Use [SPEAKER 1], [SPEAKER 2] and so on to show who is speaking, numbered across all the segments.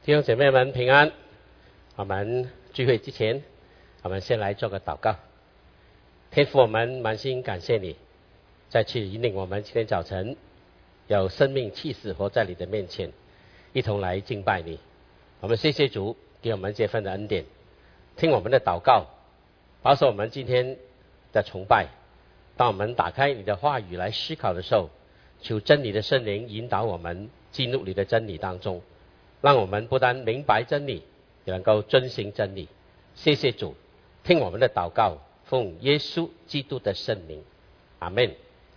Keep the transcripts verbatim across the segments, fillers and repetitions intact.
[SPEAKER 1] 弟兄姐妹们平安。我们聚会之前，我们先来做个祷告。天父，我们满心感谢你，再次引领我们今天早晨有生命气势活在你的面前，一同来敬拜你。我们谢谢主给我们这份的恩典，听我们的祷告，保守我们今天的崇拜。当我们打开你的话语来思考的时候，求真理的圣灵引导我们进入你的真理当中，让我们不但明白真理，也能够遵行真理。谢谢主，听我们的祷告，奉耶稣基督的圣名，阿们。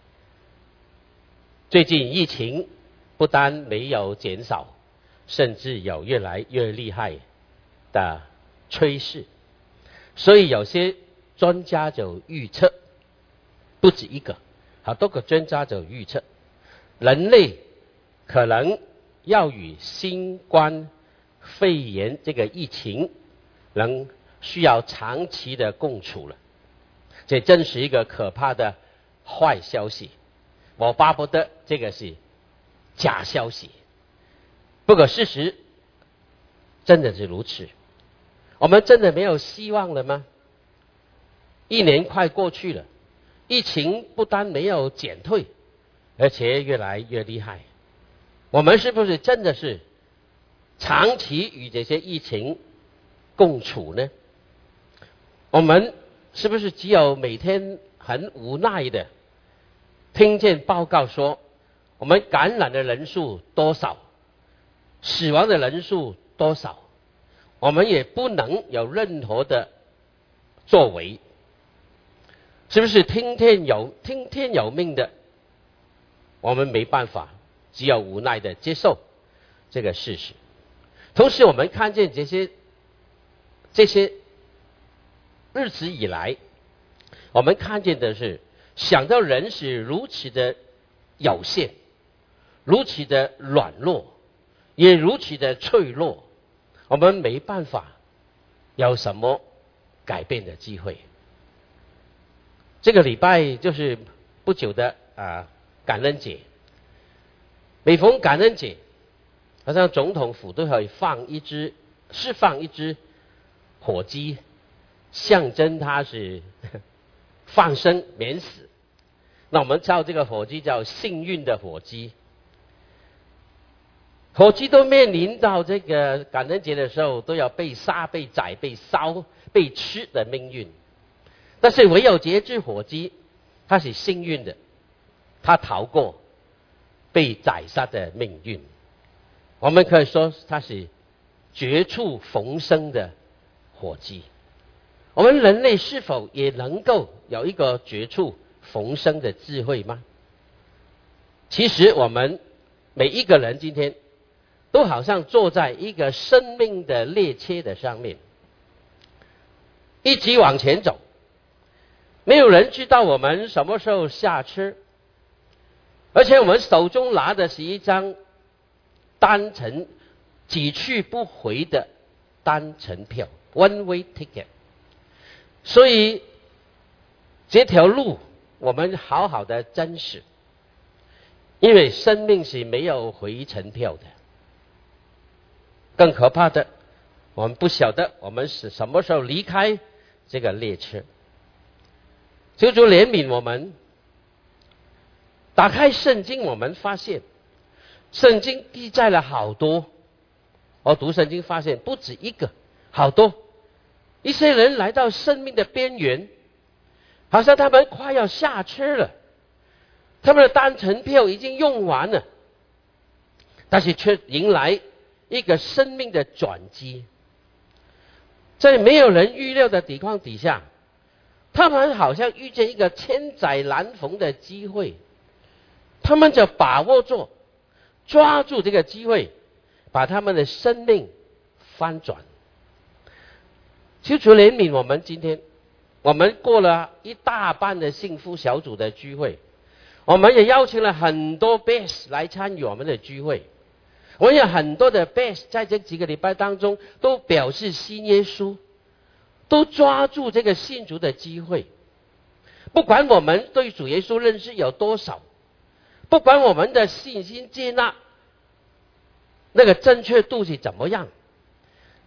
[SPEAKER 1] 最近疫情不单没有减少，甚至有越来越厉害的趋势，所以有些专家就预测，不止一个，好多个专家就预测，人类可能要与新冠肺炎这个疫情能需要长期的共处了。这真是一个可怕的坏消息，我巴不得这个是假消息。不过事实真的是如此，我们真的没有希望了吗？一年快过去了，疫情不单没有减退，而且越来越厉害。我们是不是真的是长期与这些疫情共处呢？我们是不是只有每天很无奈的听见报告说我们感染的人数多少，死亡的人数多少，我们也不能有任何的作为？是不是听天由听天由命的，我们没办法，只有无奈的接受这个事实。同时我们看见这些这些日子以来，我们看见的是，想到人是如此的有限，如此的软弱，也如此的脆弱，我们没办法有什么改变的机会。这个礼拜就是不久的啊感恩节，每逢感恩节，好像总统府都会放一只释放一只火鸡，象征它是放生免死。那我们叫这个火鸡叫幸运的火鸡。火鸡都面临到这个感恩节的时候都要被杀、被宰、被烧、被吃的命运，但是唯有这只火鸡它是幸运的，它逃过被宰杀的命运。我们可以说它是绝处逢生的火鸡。我们人类是否也能够有一个绝处逢生的智慧吗？其实我们每一个人今天都好像坐在一个生命的列车的上面，一直往前走，没有人知道我们什么时候下车，而且我们手中拿的是一张单程几去不回的单程票 one way ticket。 所以这条路我们好好的珍视，因为生命是没有回程票的。更可怕的，我们不晓得我们是什么时候离开这个列车。求主怜悯我们。打开圣经，我们发现圣经记载了好多，我读圣经发现不止一个，好多一些人来到生命的边缘，好像他们快要下车了，他们的单程票已经用完了，但是却迎来一个生命的转机。在没有人预料的情况底下，他们好像遇见一个千载难逢的机会，他们就把握住，抓住这个机会，把他们的生命翻转。求主怜悯我们。今天我们过了一大半的幸福小组的聚会，我们也邀请了很多 base 来参与我们的聚会。我们有很多的 base 在这几个礼拜当中都表示信耶稣，都抓住这个信主的机会。不管我们对主耶稣认识有多少，不管我们的信心接纳那个正确度是怎么样，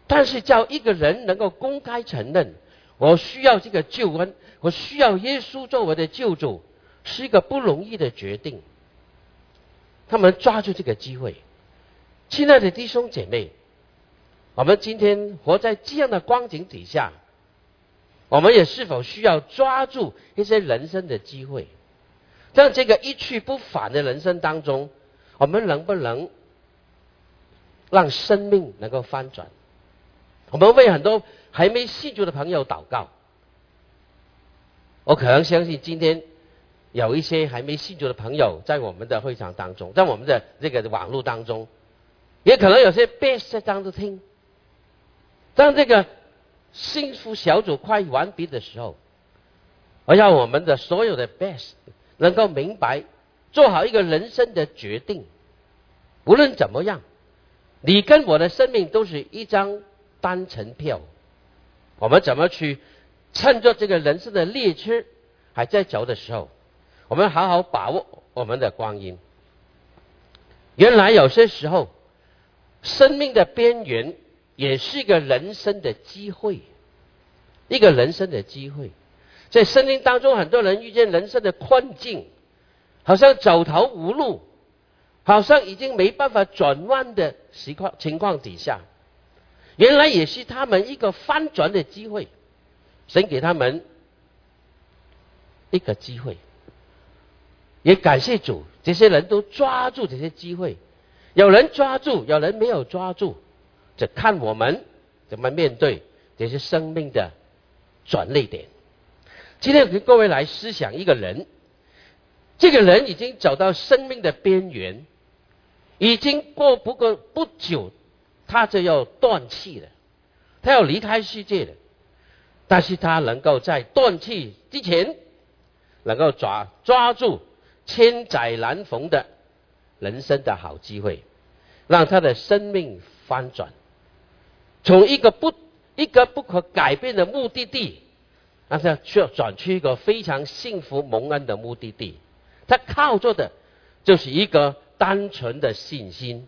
[SPEAKER 1] 但是叫一个人能够公开承认，我需要这个救恩，我需要耶稣做我的救主，是一个不容易的决定。他们抓住这个机会。亲爱的弟兄姐妹，我们今天活在这样的光景底下，我们也是否需要抓住一些人生的机会，在这个一去不返的人生当中，我们能不能让生命能够翻转？我们为很多还没信主的朋友祷告。我可能相信今天有一些还没信主的朋友在我们的会场当中，在我们的这个网络当中，也可能有些 best 在当中听。当这个幸福小组快完毕的时候，我要我们的所有的 best 能够明白，做好一个人生的决定。无论怎么样，你跟我的生命都是一张单程票，我们怎么去趁着这个人生的列车还在走的时候，我们好好把握我们的光阴。原来有些时候，生命的边缘也是一个人生的机会，一个人生的机会。在生命当中，很多人遇见人生的困境，好像走投无路，好像已经没办法转弯的情况情况底下，原来也是他们一个翻转的机会。神给他们一个机会，也感谢主，这些人都抓住这些机会。有人抓住，有人没有抓住，只看我们怎么面对这些生命的转捩点。今天跟各位来思想一个人，这个人已经走到生命的边缘，已经过不过不久，他就要断气了，他要离开世界了。但是他能够在断气之前，能够抓抓住千载难逢的人生的好机会，让他的生命翻转，从一个不一个不可改变的目的地，让他去转去一个非常幸福蒙恩的目的地。他靠着的就是一个单纯的信心，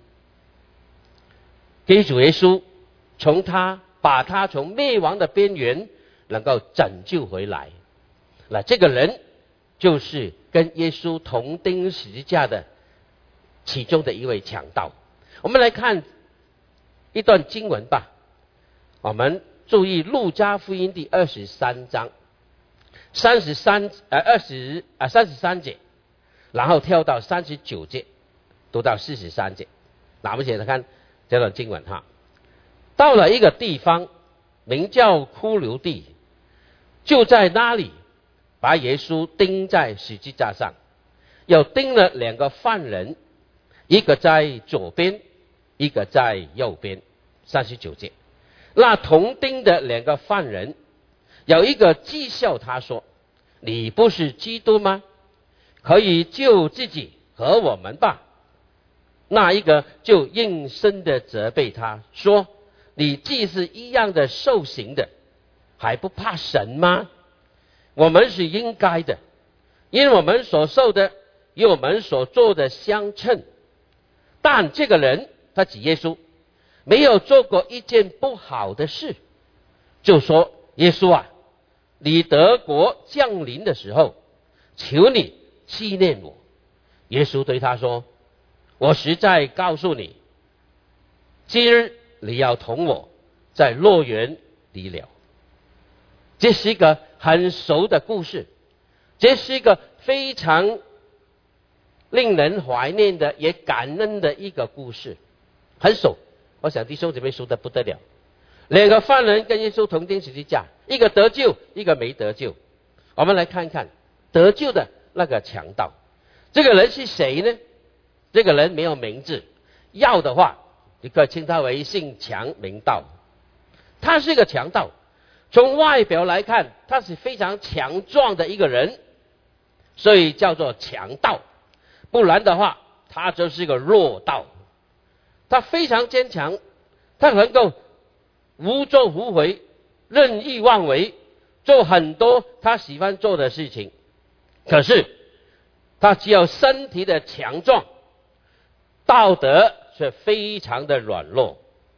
[SPEAKER 1] 给主耶稣从他把他从灭亡的边缘能够拯救回来。那这个人就是跟耶稣同钉十字架的其中的一位强盗。我们来看一段经文吧。我们注意路加福音第二十三章三十三呃二十啊三十三节，然后跳到三十九节，读到四十三节。那我们现在看这段经文哈。到了一个地方，名叫骷髅地，就在那里把耶稣钉在十字架上，又钉了两个犯人，一个在左边，一个在右边。三十九节，那同钉的两个犯人，有一个讥笑他说：“你不是基督吗？可以救自己和我们吧。”那一个就应声的责备他说：“你既是一样的受刑的，还不怕神吗？我们是应该的，因为我们所受的与我们所做的相称。但这个人，他指耶稣，没有做过一件不好的事，就说：耶稣啊，你得国降临的时候，求你纪念我。耶稣对他说：我实在告诉你，今日你要同我在乐园里了。这是一个很熟的故事，这是一个非常令人怀念的也感恩的一个故事，很熟。我想弟兄姊妹熟得不得了。两个犯人跟耶稣同钉十字架，一个得救，一个没得救。我们来看看得救的那个强盗，这个人是谁呢？这个人没有名字，要的话你可以称他为姓强名盗。他是一个强盗，从外表来看他是非常强壮的一个人，所以叫做强盗。不然的话他就是一个弱盗。他非常坚强，他能够无作无为，任意妄为，做很多他喜欢做的事情。可是他只有身体的强壮，道德却非常的软弱。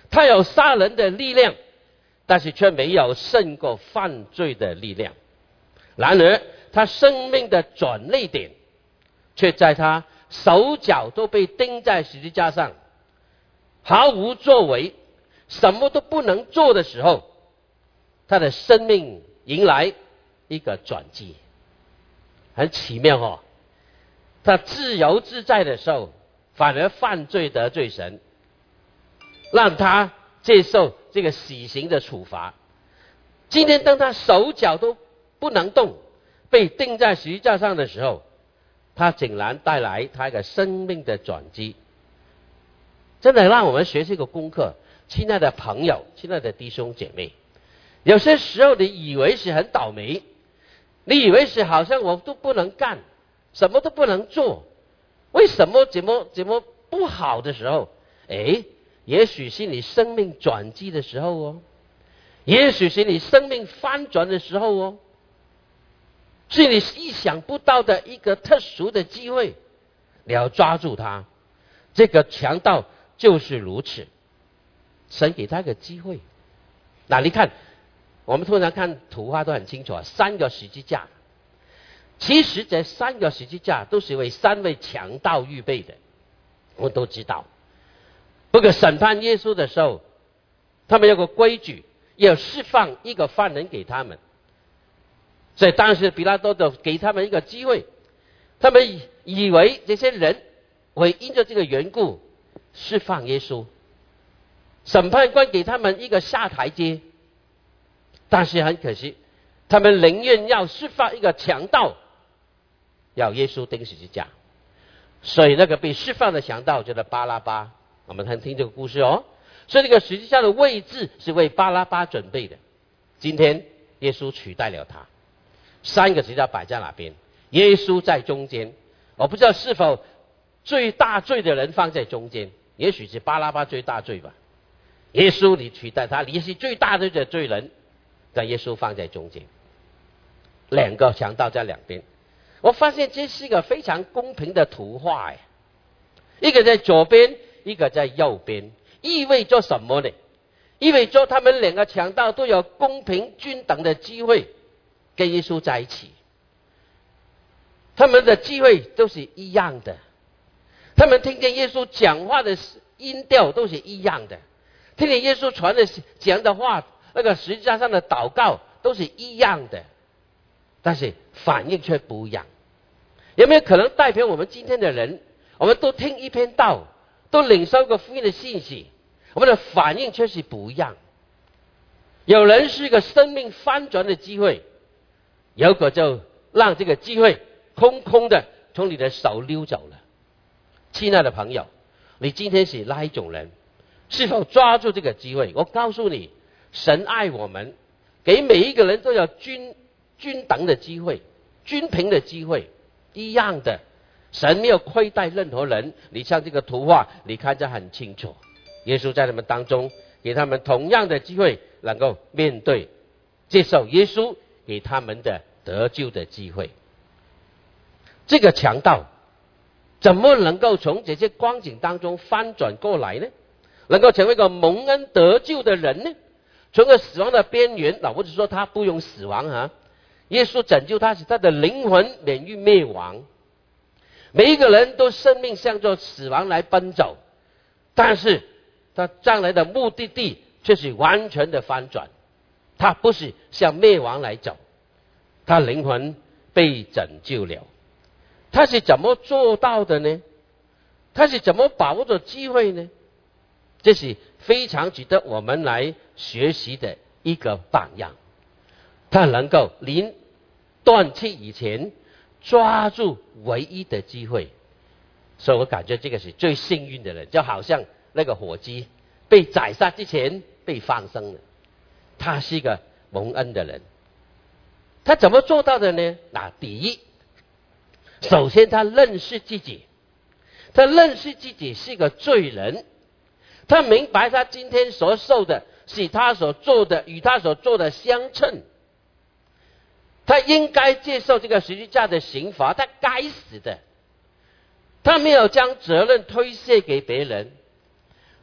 [SPEAKER 1] 他有杀人的力量，但是却没有胜过犯罪的力量。然而他生命的转捩点却在他手脚都被钉在十字架上，毫无作为，什么都不能做的时候，他的生命迎来一个转机。很奇妙哦，他自由自在的时候，反而犯罪得罪神，让他接受这个死刑的处罚。今天当他手脚都不能动，被钉在十字架上的时候，他竟然带来他一个生命的转机。真的让我们学习一个功课，亲爱的朋友，亲爱的弟兄姐妹，有些时候你以为是很倒霉，你以为是好像我都不能干，什么都不能做，为什么怎么怎么不好的时候，诶，也许是你生命转机的时候哦，也许是你生命翻转的时候哦，是你意想不到的一个特殊的机会，你要抓住它。这个强盗就是如此，神给他一个机会。那你看，我们通常看图画都很清楚啊，三个十字架，其实这三个十字架都是为三位强盗预备的，我们都知道。不过审判耶稣的时候，他们有个规矩，要释放一个犯人给他们，所以当时比拉多就给他们一个机会，他们以为这些人会因着这个缘故释放耶稣，审判官给他们一个下台阶，但是很可惜，他们宁愿要释放一个强盗，要耶稣钉十字架。所以那个被释放的强盗叫做巴拉巴。我们听这个故事哦。所以这个十字架的位置是为巴拉巴准备的。今天耶稣取代了他，三个十字架摆在哪边？耶稣在中间。我不知道是否最大罪的人放在中间，也许是巴拉巴最大罪吧。耶稣你取代他，你是最大罪的罪人，但耶稣放在中间，两个强盗在两边。我发现这是一个非常公平的图画哎，一个在左边，一个在右边，意味着什么呢？意味着他们两个强盗都有公平均等的机会跟耶稣在一起，他们的机会都是一样的，他们听见耶稣讲话的音调都是一样的，听见耶稣传的讲的话，那个十字架上的祷告都是一样的，但是反应却不一样。有没有可能代表我们今天的人，我们都听一篇道，都领受个福音的信息，我们的反应却是不一样。有人是一个生命翻转的机会，有个就让这个机会空空的从你的手溜走了。亲爱的朋友，你今天是哪一种人？是否抓住这个机会？我告诉你，神爱我们，给每一个人都有均均等的机会，均平的机会，一样的。神没有亏待任何人。你像这个图画，你看得很清楚，耶稣在他们当中给他们同样的机会，能够面对接受耶稣给他们的得救的机会。这个强盗怎么能够从这些光景当中翻转过来呢？能够成为一个蒙恩得救的人呢？从个死亡的边缘，老不是说他不用死亡啊，耶稣拯救他，使他的灵魂免于灭亡。每一个人都生命向着死亡来奔走，但是他将来的目的地却是完全的翻转，他不是向灭亡来走，他灵魂被拯救了。他是怎么做到的呢？他是怎么把握着机会呢？这是非常值得我们来学习的一个榜样。他能够临断气以前抓住唯一的机会，所以我感觉这个是最幸运的人，就好像那个火鸡被宰杀之前被放生了，他是一个蒙恩的人。他怎么做到的呢？那第一，首先他认识自己，他认识自己是个罪人，他明白他今天所受的是他所做的与他所做的相称，他应该接受这个十字架的刑罚，他该死的。他没有将责任推卸给别人，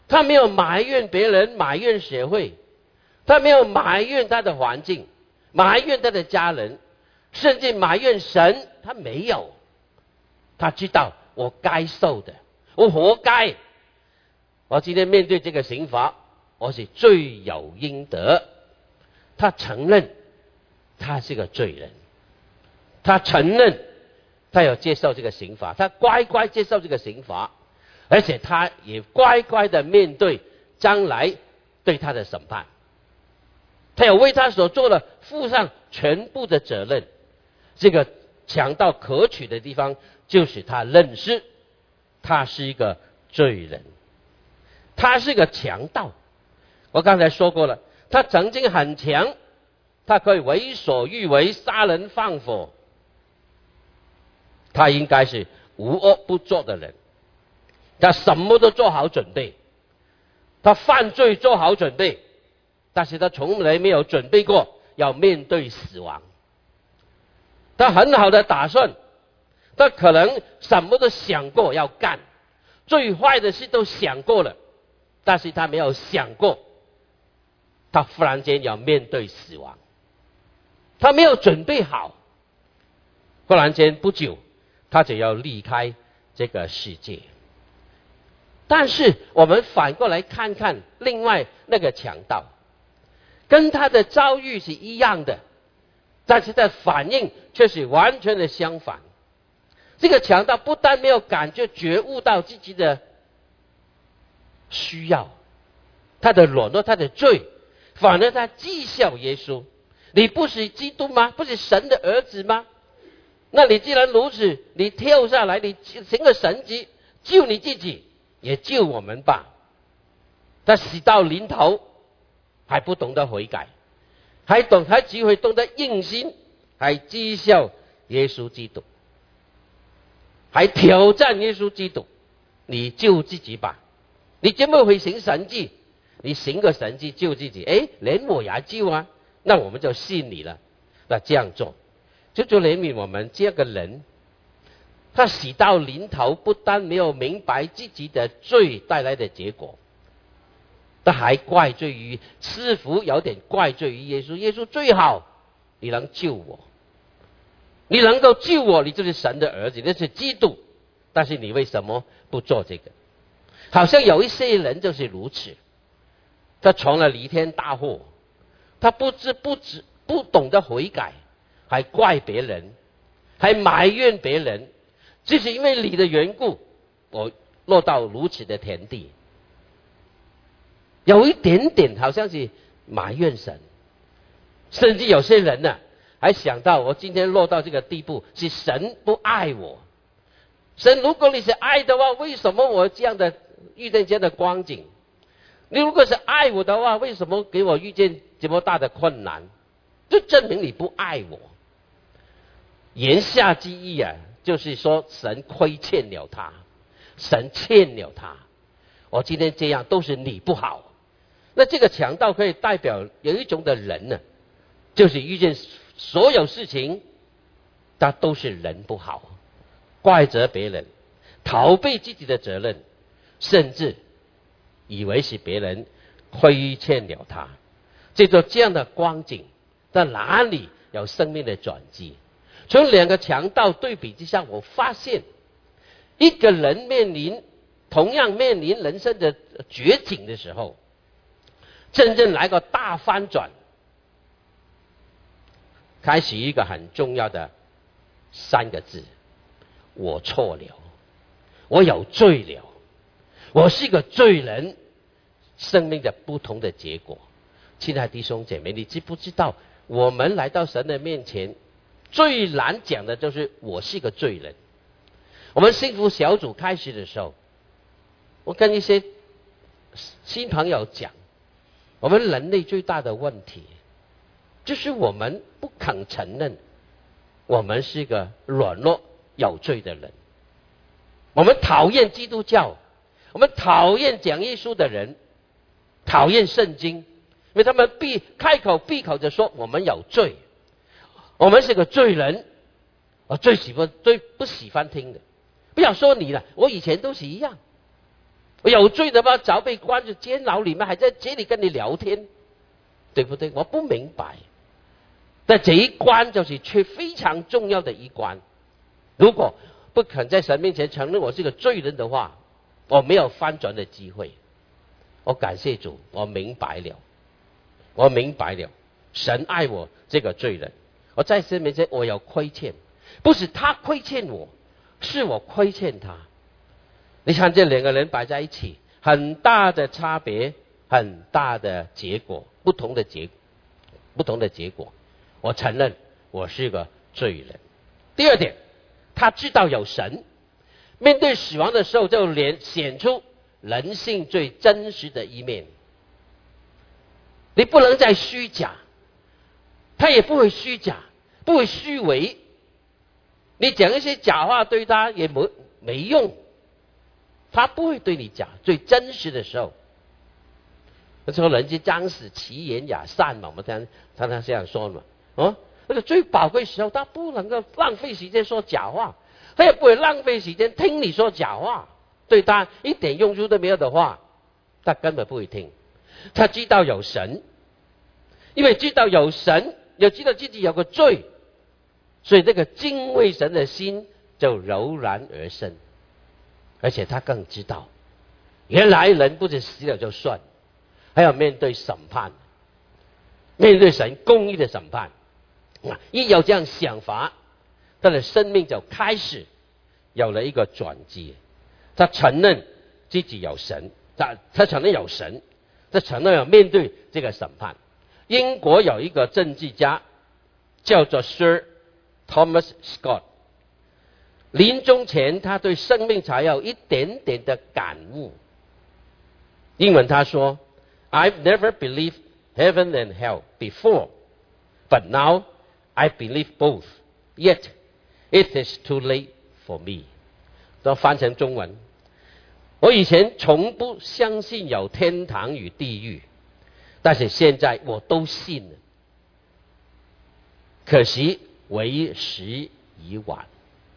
[SPEAKER 1] 他没有埋怨别人，埋怨社会，他没有埋怨他的环境，埋怨他的家人，甚至埋怨神，他没有。他知道我该受的，我活该。我今天面对这个刑罚，我是罪有应得。他承认他是个罪人，他承认他要接受这个刑罚，他乖乖接受这个刑罚，而且他也乖乖的面对将来对他的审判。他要为他所做的负上全部的责任。这个强盗可取的地方，就是他认识他是一个罪人，他是个强盗。我刚才说过了，他曾经很强，他可以为所欲为，杀人放火。他应该是无恶不作的人，他什么都做好准备，他犯罪做好准备，但是他从来没有准备过要面对死亡。他很好的打算，他可能什么都想过要干，最坏的事都想过了，但是他没有想过他忽然间要面对死亡，他没有准备好，忽然间不久他就要离开这个世界。但是我们反过来看看另外那个强盗，跟他的遭遇是一样的，但是他反应却是完全的相反。这个强盗不但没有感觉觉悟到自己的需要，他的软弱，他的罪，反而他讥笑耶稣。你不是基督吗？不是神的儿子吗？那你既然如此，你跳下来，你行个神迹，救你自己，也救我们吧。他死到临头，还不懂得悔改，还懂还只会懂得硬心，还讥笑耶稣基督，还挑战耶稣基督。你救自己吧，你怎么会行神迹？你行个神迹救自己，诶，连我也救啊，那我们就信你了。那这样做就就怜悯我们这个人，他死到临头，不但没有明白自己的罪带来的结果，他还怪罪于，似乎有点怪罪于耶稣。耶稣最好你能救我，你能够救我，你就是神的儿子，那是基督，但是你为什么不做这个？好像有一些人就是如此，他闯了弥天大祸，他不知不知不懂得悔改，还怪别人，还埋怨别人，就是因为你的缘故，我落到如此的田地。有一点点好像是埋怨神，甚至有些人呢、啊，还想到我今天落到这个地步，是神不爱我。神，如果你是爱的话，为什么我这样的遇见这样的光景？你如果是爱我的话，为什么给我遇见这么大的困难？就证明你不爱我。言下之意啊，就是说神亏欠了他，神欠了他。我今天这样都是你不好。那这个强盗可以代表有一种的人呢，就是遇见所有事情，他都是人不好，怪责别人，逃避自己的责任，甚至以为是别人亏欠了他。这种这样的光景，在哪里有生命的转机？从两个强盗对比之下，我发现一个人面临同样面临人生的绝境的时候，真正来个大翻转，开始一个很重要的三个字：我错了，我有罪了，我是个罪人。生命的不同的结果。亲爱的弟兄姐妹，你知不知道我们来到神的面前，最难讲的就是我是个罪人。我们幸福小组开始的时候，我跟一些新朋友讲，我们人类最大的问题就是我们不肯承认我们是一个软弱有罪的人。我们讨厌基督教，我们讨厌讲耶稣的人，讨厌圣经，因为他们闭开口闭口就说我们有罪，我们是个罪人。我最喜欢最不喜欢听的，不要说你了，我以前都是一样。 我有罪的话，早被关在监牢里面，还在这里跟你聊天，对不对？我不明白。但这一关就是却非常重要的一关。如果不肯在神面前承认我是个罪人的话，我没有翻转的机会。我感谢主，我明白了，我明白了，神爱我这个罪人。我在神面前我有亏欠，不是他亏欠我，是我亏欠他。你看这两个人摆在一起，很大的差别，很大的结果，不同的结不同的结果。我承认我是个罪人。第二点，他知道有神，面对死亡的时候就连显出人性最真实的一面。你不能再虚假，他也不会虚假，不会虚伪。你讲一些假话对他也没没用，他不会对你讲最真实的时候。那时候人之将死，其言也善嘛，我们常常常这样说嘛。哦，那个最宝贵时候，他不能够浪费时间说假话，他也不会浪费时间听你说假话。对他一点用处都没有的话，他根本不会听。他知道有神，因为知道有神，又知道自己有个罪，所以这个敬畏神的心就油然而生。而且他更知道，原来人不是死了就算，还要面对审判，面对神公义的审判。一有这样想法，他的生命就开始有了一个转机。他承认自己有神，他他承认有神，他承认要面对这个审判。英国有一个政治家叫做 Sir Thomas Scott， 临终前他对生命才有一点点的感悟。英文他说 I've never believed heaven and hell before, but now I believe both, yet it is too late for me。 都翻成中文，我以前从不相信有天堂与地狱，但是现在我都信了，可惜为时已晚。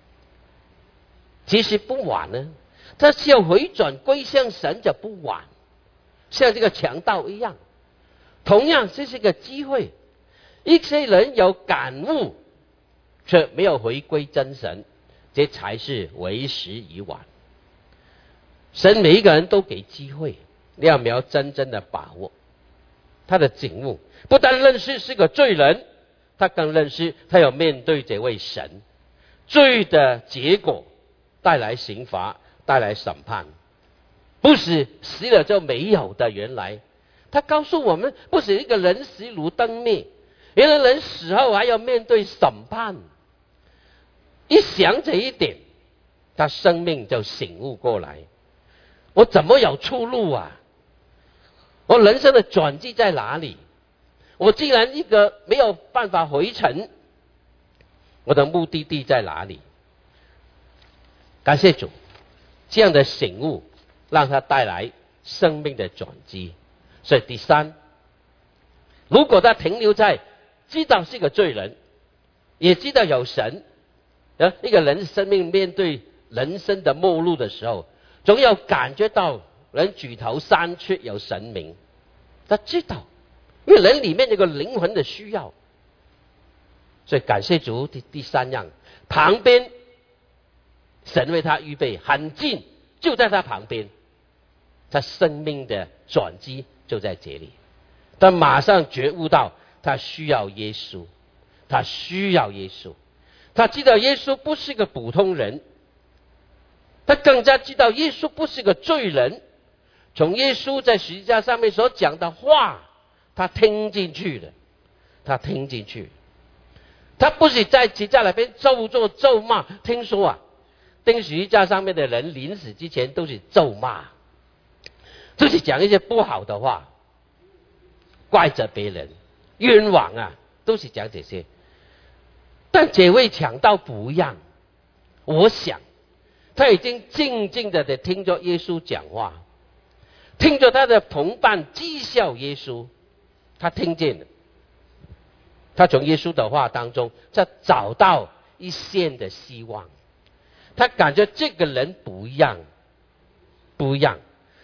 [SPEAKER 1] 其实不晚呢，他只要回转归向神就不晚，像这个强盗一样。同样这是个机会，一些人有感悟却没有回归真神，这才是为时已晚。神每一个人都给机会，你要没有真正的把握他的警悟，不但认识是个罪人，他更认识他要面对这位神，罪的结果带来刑罚，带来审判，不是死了就没有的。原来他告诉我们，不是一个人死如灯灭，原来人死后还要面对审判。一想这一点，他生命就醒悟过来，我怎么有出路啊？我人生的转机在哪里？我既然一个没有办法回程，我的目的地在哪里？感谢主，这样的醒悟让他带来生命的转机。所以第三，如果他停留在知道是个罪人，也知道有神，一个人生命面对人生的末路的时候，总要感觉到人举头三尺有神明。他知道，因为人里面有个灵魂的需要。所以感谢主，第第三样，旁边神为他预备很近，就在他旁边，他生命的转机就在这里。他马上觉悟到他需要耶稣，他需要耶稣。他知道耶稣不是个普通人，他更加知道耶稣不是个罪人。从耶稣在十字架上面所讲的话，他听进去了，他听进去。他不是在十字架那边咒咒咒骂。听说啊，钉十字架上面的人临死之前都是咒骂，都是讲一些不好的话，怪责别人，冤枉啊，都是讲这些。但这位强盗不一样，我想他已经静静的听着耶稣讲话，听着他的同伴讥笑耶稣，他听见了，他从耶稣的话当中他找到一线的希望。他感觉这个人不一样，不一样。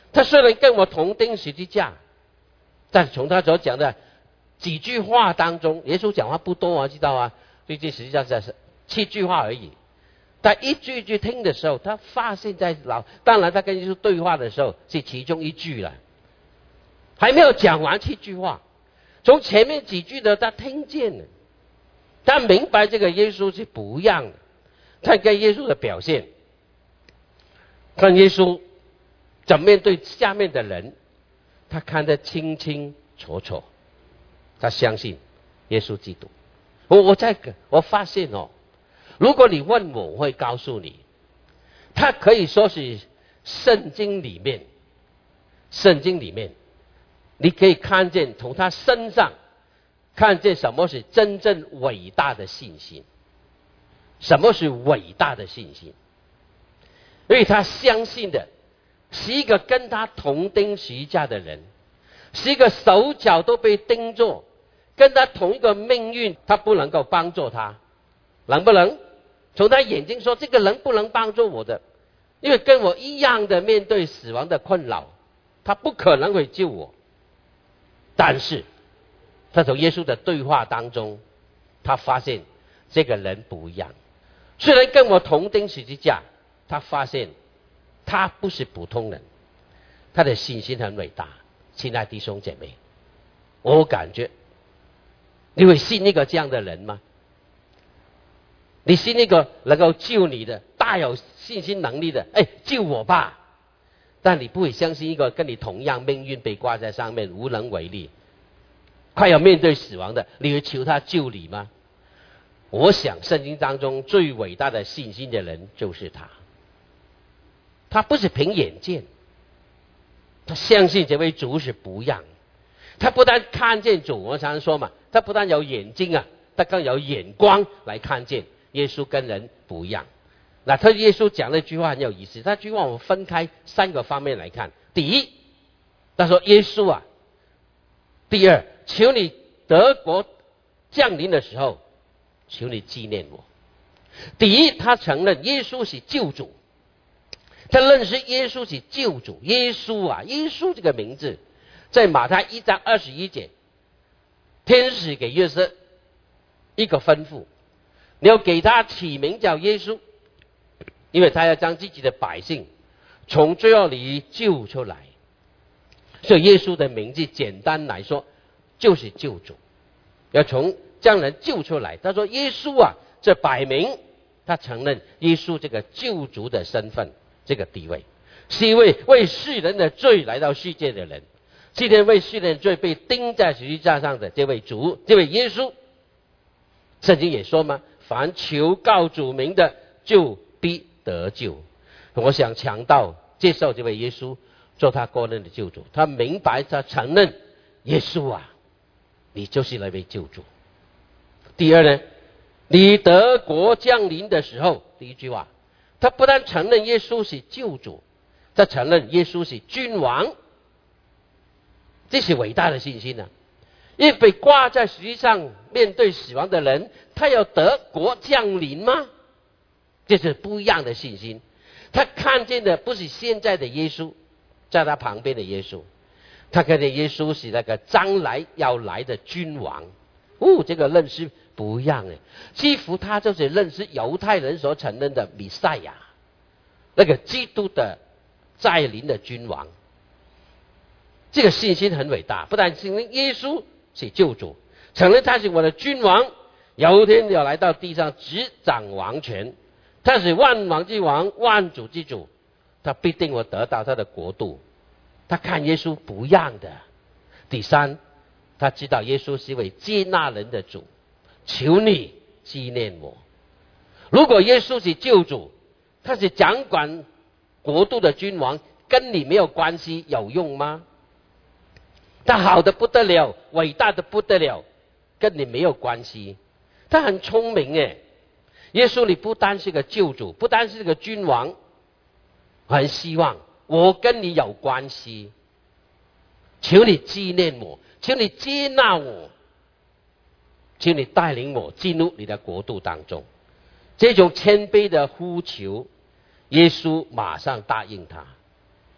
[SPEAKER 1] 他虽然跟我同钉十字架，但是从他所讲的几句话当中，耶稣讲话不多啊，知道啊，最近实际上是七句话而已。但一句一句听的时候，他发现在老，当然他跟耶稣对话的时候是其中一句了，还没有讲完七句话，从前面几句的他听见了，他明白这个耶稣是不一样的，他跟耶稣的表现，看耶稣怎么面对下面的人，他看得清清楚楚，他相信耶稣基督。我我在我发现哦，如果你问我，我会告诉你，他可以说是圣经里面，圣经里面，你可以看见从他身上看见什么是真正伟大的信心，什么是伟大的信心？因为他相信的是一个跟他同钉十字架的人，是一个手脚都被钉住，跟他同一个命运，他不能够帮助他，能不能？从他眼睛说，这个人不能帮助我的，因为跟我一样的面对死亡的困扰，他不可能会救我。但是他从耶稣的对话当中，他发现这个人不一样，虽然跟我同钉十字架，他发现他不是普通人，他的信心很伟大。亲爱的弟兄姐妹，我感觉你会信一个这样的人吗？你信一个能够救你的大有信心能力的，哎，救我吧，但你不会相信一个跟你同样命运被挂在上面无能为力，快要面对死亡的，你会求他救你吗？我想圣经当中最伟大的信心的人就是他，他不是凭眼见，他相信这位主是不一样，他不但看见主，我常常说嘛，他不但有眼睛啊，他更有眼光来看见耶稣跟人不一样。那他耶稣讲了一句话很有意思，他句话我们分开三个方面来看。第一，他说耶稣啊，第二，求你德国降临的时候，求你纪念我。第一，他承认耶稣是救主，他认识耶稣是救主。耶稣啊，耶稣这个名字在马太一章二十一节，天使给约瑟一个吩咐，你要给他起名叫耶稣，因为他要将自己的百姓从罪恶里救出来。所以耶稣的名字简单来说就是救主，要从将人救出来。他说耶稣啊，这摆明他承认耶稣这个救主的身份，这个地位，是一位为世人的罪来到世界的人，今天为世人的罪被钉在十字架上的这位主，这位耶稣。圣经也说嘛，凡求告主名的就必得救。我想强调接受这位耶稣做他个人的救主，他明白他承认耶稣啊，你就是那位救主。第二呢，你德国降临的时候，第一句话，他不但承认耶稣是救主，他承认耶稣是君王，这是伟大的信心啊！因为被挂在十字上面对死亡的人，他要德国降临吗？这是不一样的信心。他看见的不是现在的耶稣，在他旁边的耶稣，他看见耶稣是那个将来要来的君王。哦，这个认识不一样哎，几乎他就是认识犹太人所承认的弥赛亚，那个基督的再临的君王。这个信心很伟大，不但承认耶稣是救主，承认他是我的君王，有一天要来到地上执掌王权，他是万王之王，万主之主，他必定会得到他的国度。他看耶稣不一样的。第三，他知道耶稣是一位接纳人的主，求你纪念我。如果耶稣是救主，他是掌管国度的君王，跟你没有关系，有用吗？他好的不得了，伟大的不得了，跟你没有关系。他很聪明耶，耶稣你不单是个救主，不单是个君王，很希望我跟你有关系，求你纪念我，求你接纳我，求你带领我进入你的国度当中。这种谦卑的呼求，耶稣马上答应他。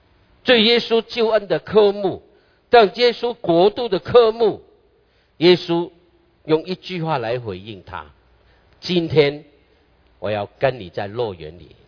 [SPEAKER 1] 对耶稣救恩的科目，对耶稣国度的科目，耶稣用一句话来回应他：今天我要跟你在乐园里。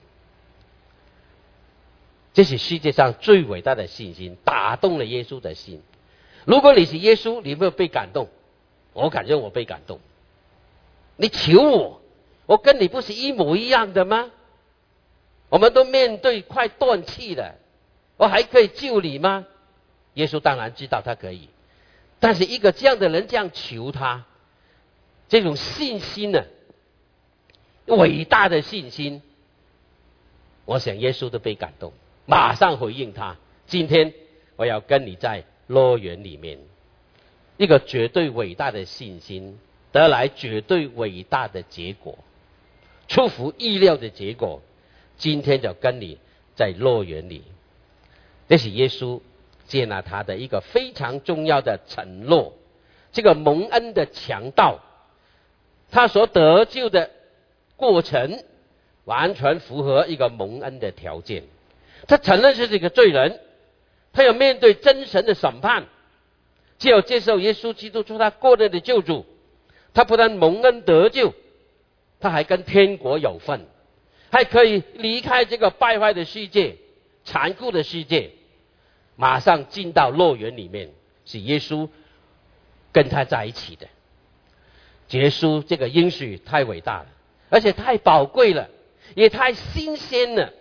[SPEAKER 1] 这是世界上最伟大的信心，打动了耶稣的心。如果你是耶稣，你有没有被感动？我感觉我被感动。你求我，我跟你不是一模一样的吗？我们都面对快断气了，我还可以救你吗？耶稣当然知道他可以，但是一个这样的人这样求他，这种信心呢，伟大的信心，我想耶稣都被感动，马上回应他：今天我要跟你在乐园里面。一个绝对伟大的信心得来绝对伟大的结果，出乎意料的结果，今天就跟你在乐园里。这是耶稣接纳他的一个非常重要的承诺。这个蒙恩的强盗，他所得救的过程完全符合一个蒙恩的条件。他承认是这个罪人，他要面对真神的审判，只有接受耶稣基督做他个人的救主，他不但蒙恩得救，他还跟天国有份，还可以离开这个败坏的世界、残酷的世界，马上进到乐园里面，是耶稣跟他在一起的。耶稣这个应许太伟大了，而且太宝贵了，也太新鲜了。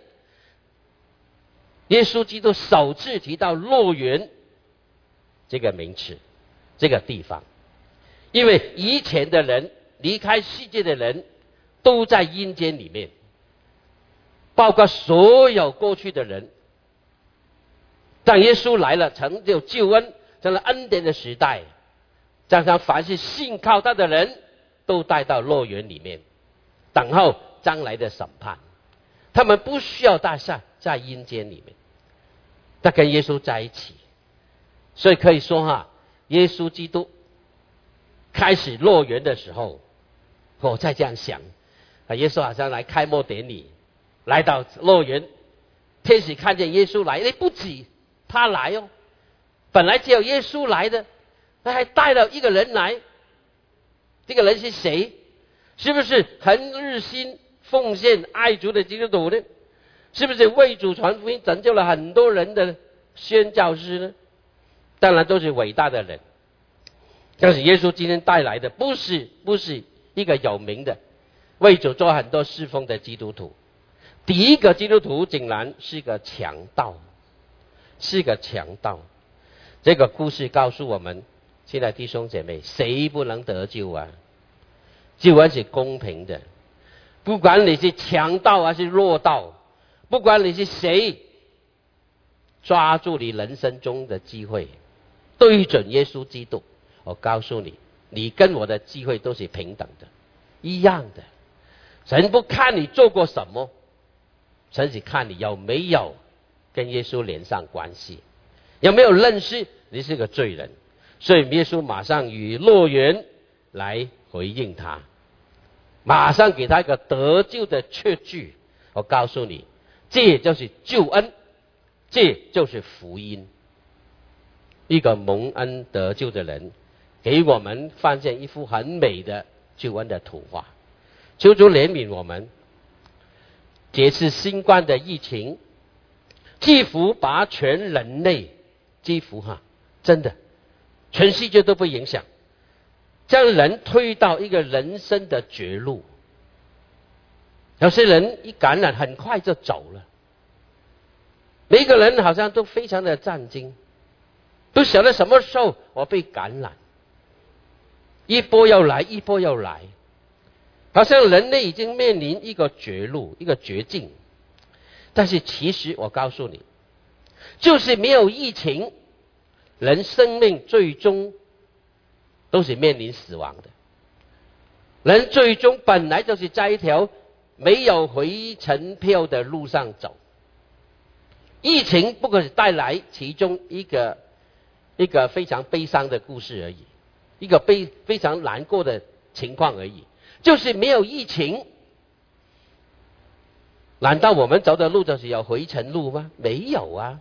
[SPEAKER 1] 耶稣基督首次提到乐园这个名词，这个地方，因为以前的人，离开世界的人都在阴间里面，包括所有过去的人。当耶稣来了，成就救恩，成了恩典的时代，加上凡是信靠他的人都带到乐园里面，等候将来的审判。他们不需要大下在阴间里面，他跟耶稣在一起。所以可以说哈，耶稣基督开始乐园的时候，我再这样想，耶稣好像来开幕典礼，来到乐园，天使看见耶稣来，哎，不止他来哦，本来只有耶稣来的，他还带了一个人来。这个人是谁？是不是很热心奉献爱主的基督徒呢？是不是为主传福音拯救了很多人的宣教师呢？当然都是伟大的人。但是耶稣今天带来的不是不是一个有名的为主做很多侍奉的基督徒。第一个基督徒竟然是一个强盗，是一个强盗。这个故事告诉我们，亲爱的弟兄姐妹，谁不能得救啊？救恩是公平的，不管你是强盗还是弱盗，不管你是谁，抓住你人生中的机会，对准耶稣基督，我告诉你，你跟我的机会都是平等的，一样的。神不看你做过什么，神只看你有没有跟耶稣连上关系，有没有认识你是个罪人。所以耶稣马上以乐园来回应他，马上给他一个得救的确据。我告诉你，这就是救恩，这就是福音。一个蒙恩得救的人，给我们发现一幅很美的救恩的图画。求主怜悯我们。这次新冠的疫情，几乎把全人类，几乎哈，真的，全世界都被影响，将人推到一个人生的绝路。有些人一感染很快就走了，每个人好像都非常的战惊，都晓得什么时候我被感染，一波又来，一波又来，好像人类已经面临一个绝路，一个绝境。但是其实我告诉你，就是没有疫情，人生命最终都是面临死亡的。人最终本来就是在一条没有回程票的路上走。疫情不过是带来其中一个一个非常悲伤的故事而已，一个悲非常难过的情况而已。就是没有疫情，难道我们走的路就是有回程路吗？没有啊，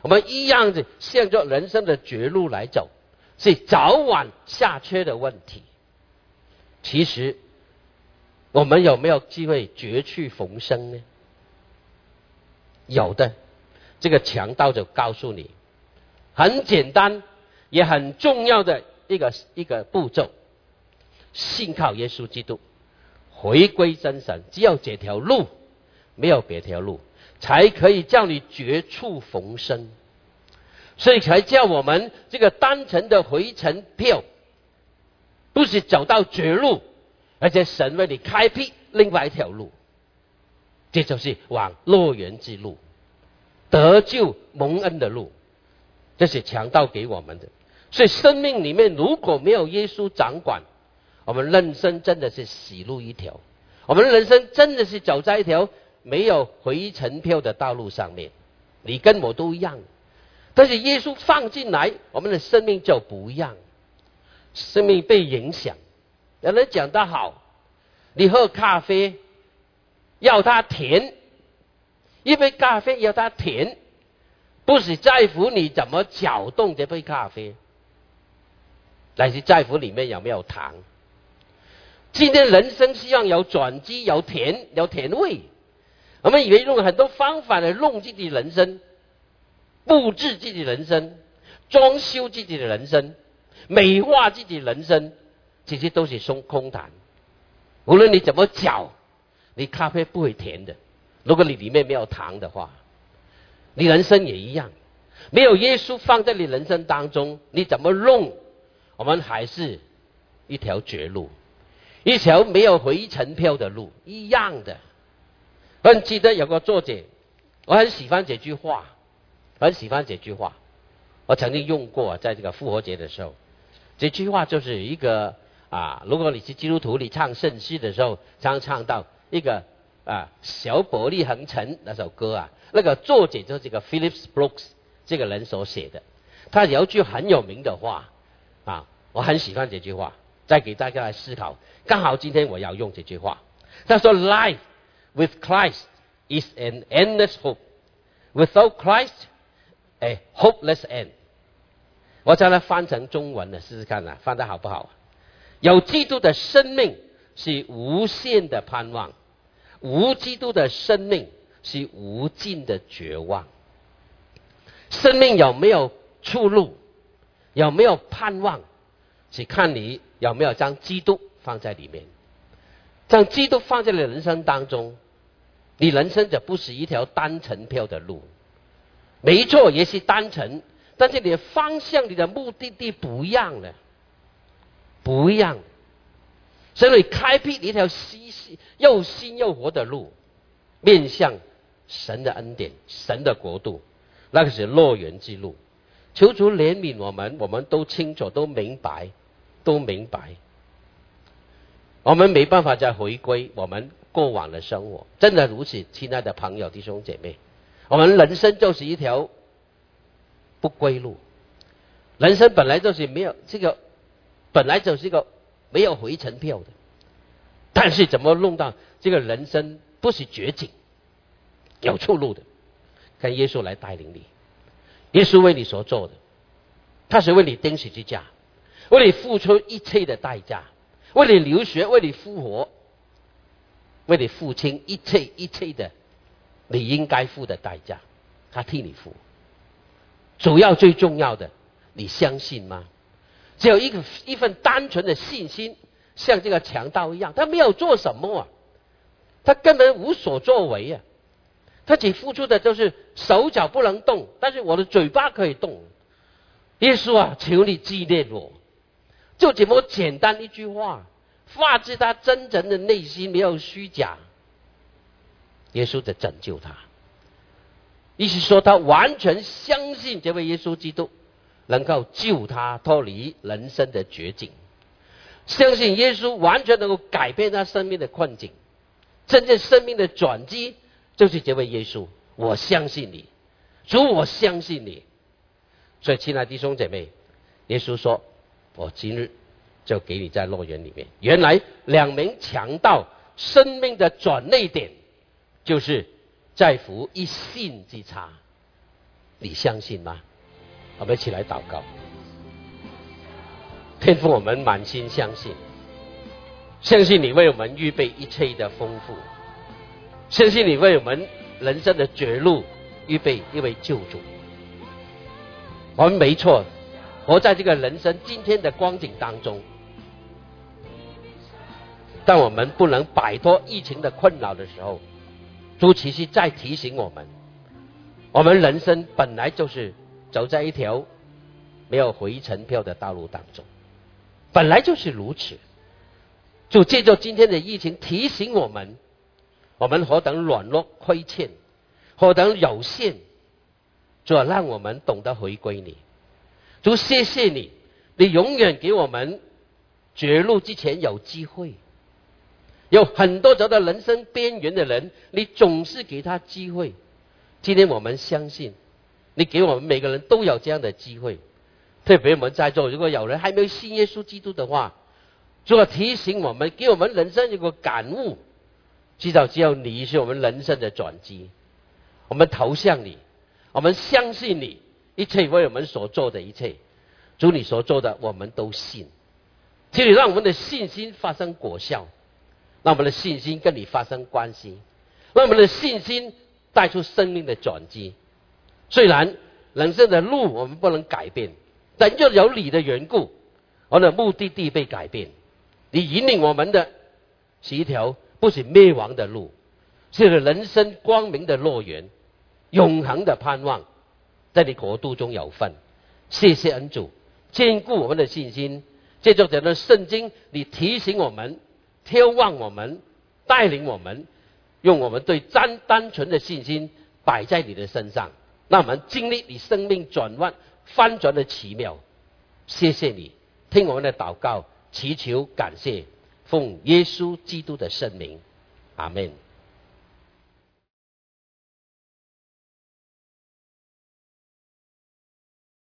[SPEAKER 1] 我们一样的向着人生的绝路来走，是早晚下缺的问题。其实我们有没有机会绝处逢生呢？有的。这个强盗就告诉你，很简单也很重要的一个一个步骤，信靠耶稣基督，回归真神，只有这条路，没有别条路，才可以叫你绝处逢生。所以才叫我们这个单程的回程票，不是走到绝路，而且神为你开辟另外一条路，这就是往乐园之路，得救蒙恩的路，这是强盗给我们的。所以生命里面如果没有耶稣掌管，我们人生真的是死路一条，我们人生真的是走在一条没有回程票的道路上面。你跟我都一样，但是耶稣放进来，我们的生命就不一样，生命被影响。有人讲得好，你喝咖啡要它甜，一杯咖啡要它甜，不是在乎你怎么搅动这杯咖啡，乃是在乎里面有没有糖。今天人生希望有转机，有甜，有甜味。我们以为用很多方法来弄自己人生，布置自己人生，装修自己的人生，美化自己人生，这些都是空空谈。无论你怎么搅，你咖啡不会甜的。如果你里面没有糖的话，你人生也一样，没有耶稣放在你人生当中，你怎么弄，我们还是一条绝路，一条没有回程票的路，一样的。我很记得有个作者，我很喜欢这句话，我很喜欢这句话，我曾经用过，在这个复活节的时候。这句话就是一个啊，如果你是基督徒，你唱圣诗的时候，常唱到一个啊小伯利恒城那首歌啊，那个作者就是这个 Phillips Brooks 这个人所写的。他有一句很有名的话啊，我很喜欢这句话，再给大家来思考。刚好今天我要用这句话，他说 Life with Christ is an endless hope. Without Christ, a hopeless end. 我再来翻成中文了，试试看啊，翻得好不好？有基督的生命是无限的盼望，无基督的生命是无尽的绝望。生命有没有出路，有没有盼望，是看你有没有将基督放在里面。将基督放在你的人生当中，你人生就不是一条单程票的路。没错，也是单程，但是你的方向，你的目的地不一样了，不一样。所以你开辟一条又新又活的路，面向神的恩典，神的国度，那个是乐园之路。求主怜悯我们，我们都清楚，都明白，都明白。我们没办法再回归我们过往的生活，真的如此，亲爱的朋友弟兄姐妹，我们人生就是一条不归路。人生本来就是没有这个，本来就是一个没有回程票的。但是怎么弄到这个人生不是绝境，有出路的？看耶稣来带领你，耶稣为你所做的，他是为你钉十字架，为你付出一切的代价，为你流血，为你复活，为你付清一切一切的你应该付的代价，他替你付。主要最重要的，你相信吗？只有一个一份单纯的信心，像这个强盗一样，他没有做什么啊，他根本无所作为啊，他只付出的就是手脚不能动，但是我的嘴巴可以动。耶稣啊，求你纪念我，就这么简单一句话，发自他真正的内心，没有虚假。耶稣在拯救他，意思说他完全相信这位耶稣基督能够救他脱离人生的绝境，相信耶稣完全能够改变他生命的困境，真正生命的转机就是这位耶稣。我相信你，主，我相信你。所以亲爱的弟兄姐妹，耶稣说，我今日就给你在乐园里面。原来两名强盗生命的转捩点，就是在乎一信之差。 你相信吗？我们一起来祷告。天父，我们满心相信，相信你为我们预备一切的丰富，相信你为我们人生的绝路预备一位救主。我们没错，活在这个人生今天的光景当中，但我们不能摆脱疫情的困扰的时候，主其实在提醒我们，我们人生本来就是走在一条没有回程票的道路当中，本来就是如此。主借着今天的疫情提醒我们，我们何等软弱亏欠，何等有限，主啊，让我们懂得回归你。主，谢谢你，你永远给我们绝路之前有机会。有很多走到人生边缘的人，你总是给他机会。今天我们相信，你给我们每个人都有这样的机会。特别我们在座，如果有人还没有信耶稣基督的话，主要提醒我们，给我们人生有个感悟，知道只有你是我们人生的转机。我们投向你，我们相信你一切为我们所做的一切，主你所做的我们都信。请你让我们的信心发生果效，让我们的信心跟你发生关系，让我们的信心带出生命的转机。虽然人生的路我们不能改变，但就有你的缘故，我们的目的地被改变。你引领我们的是一条不是灭亡的路，是人生光明的乐园，永恒的盼望，在你国度中有份。谢谢恩主，坚固我们的信心。借着这段圣经，你提醒我们，眺望我们，带领我们，用我们对单单纯的信心摆在你的身上，让我们经历你生命转弯翻转的奇妙。谢谢你，听我们的祷告，祈求感谢，奉耶稣基督的圣名，阿们。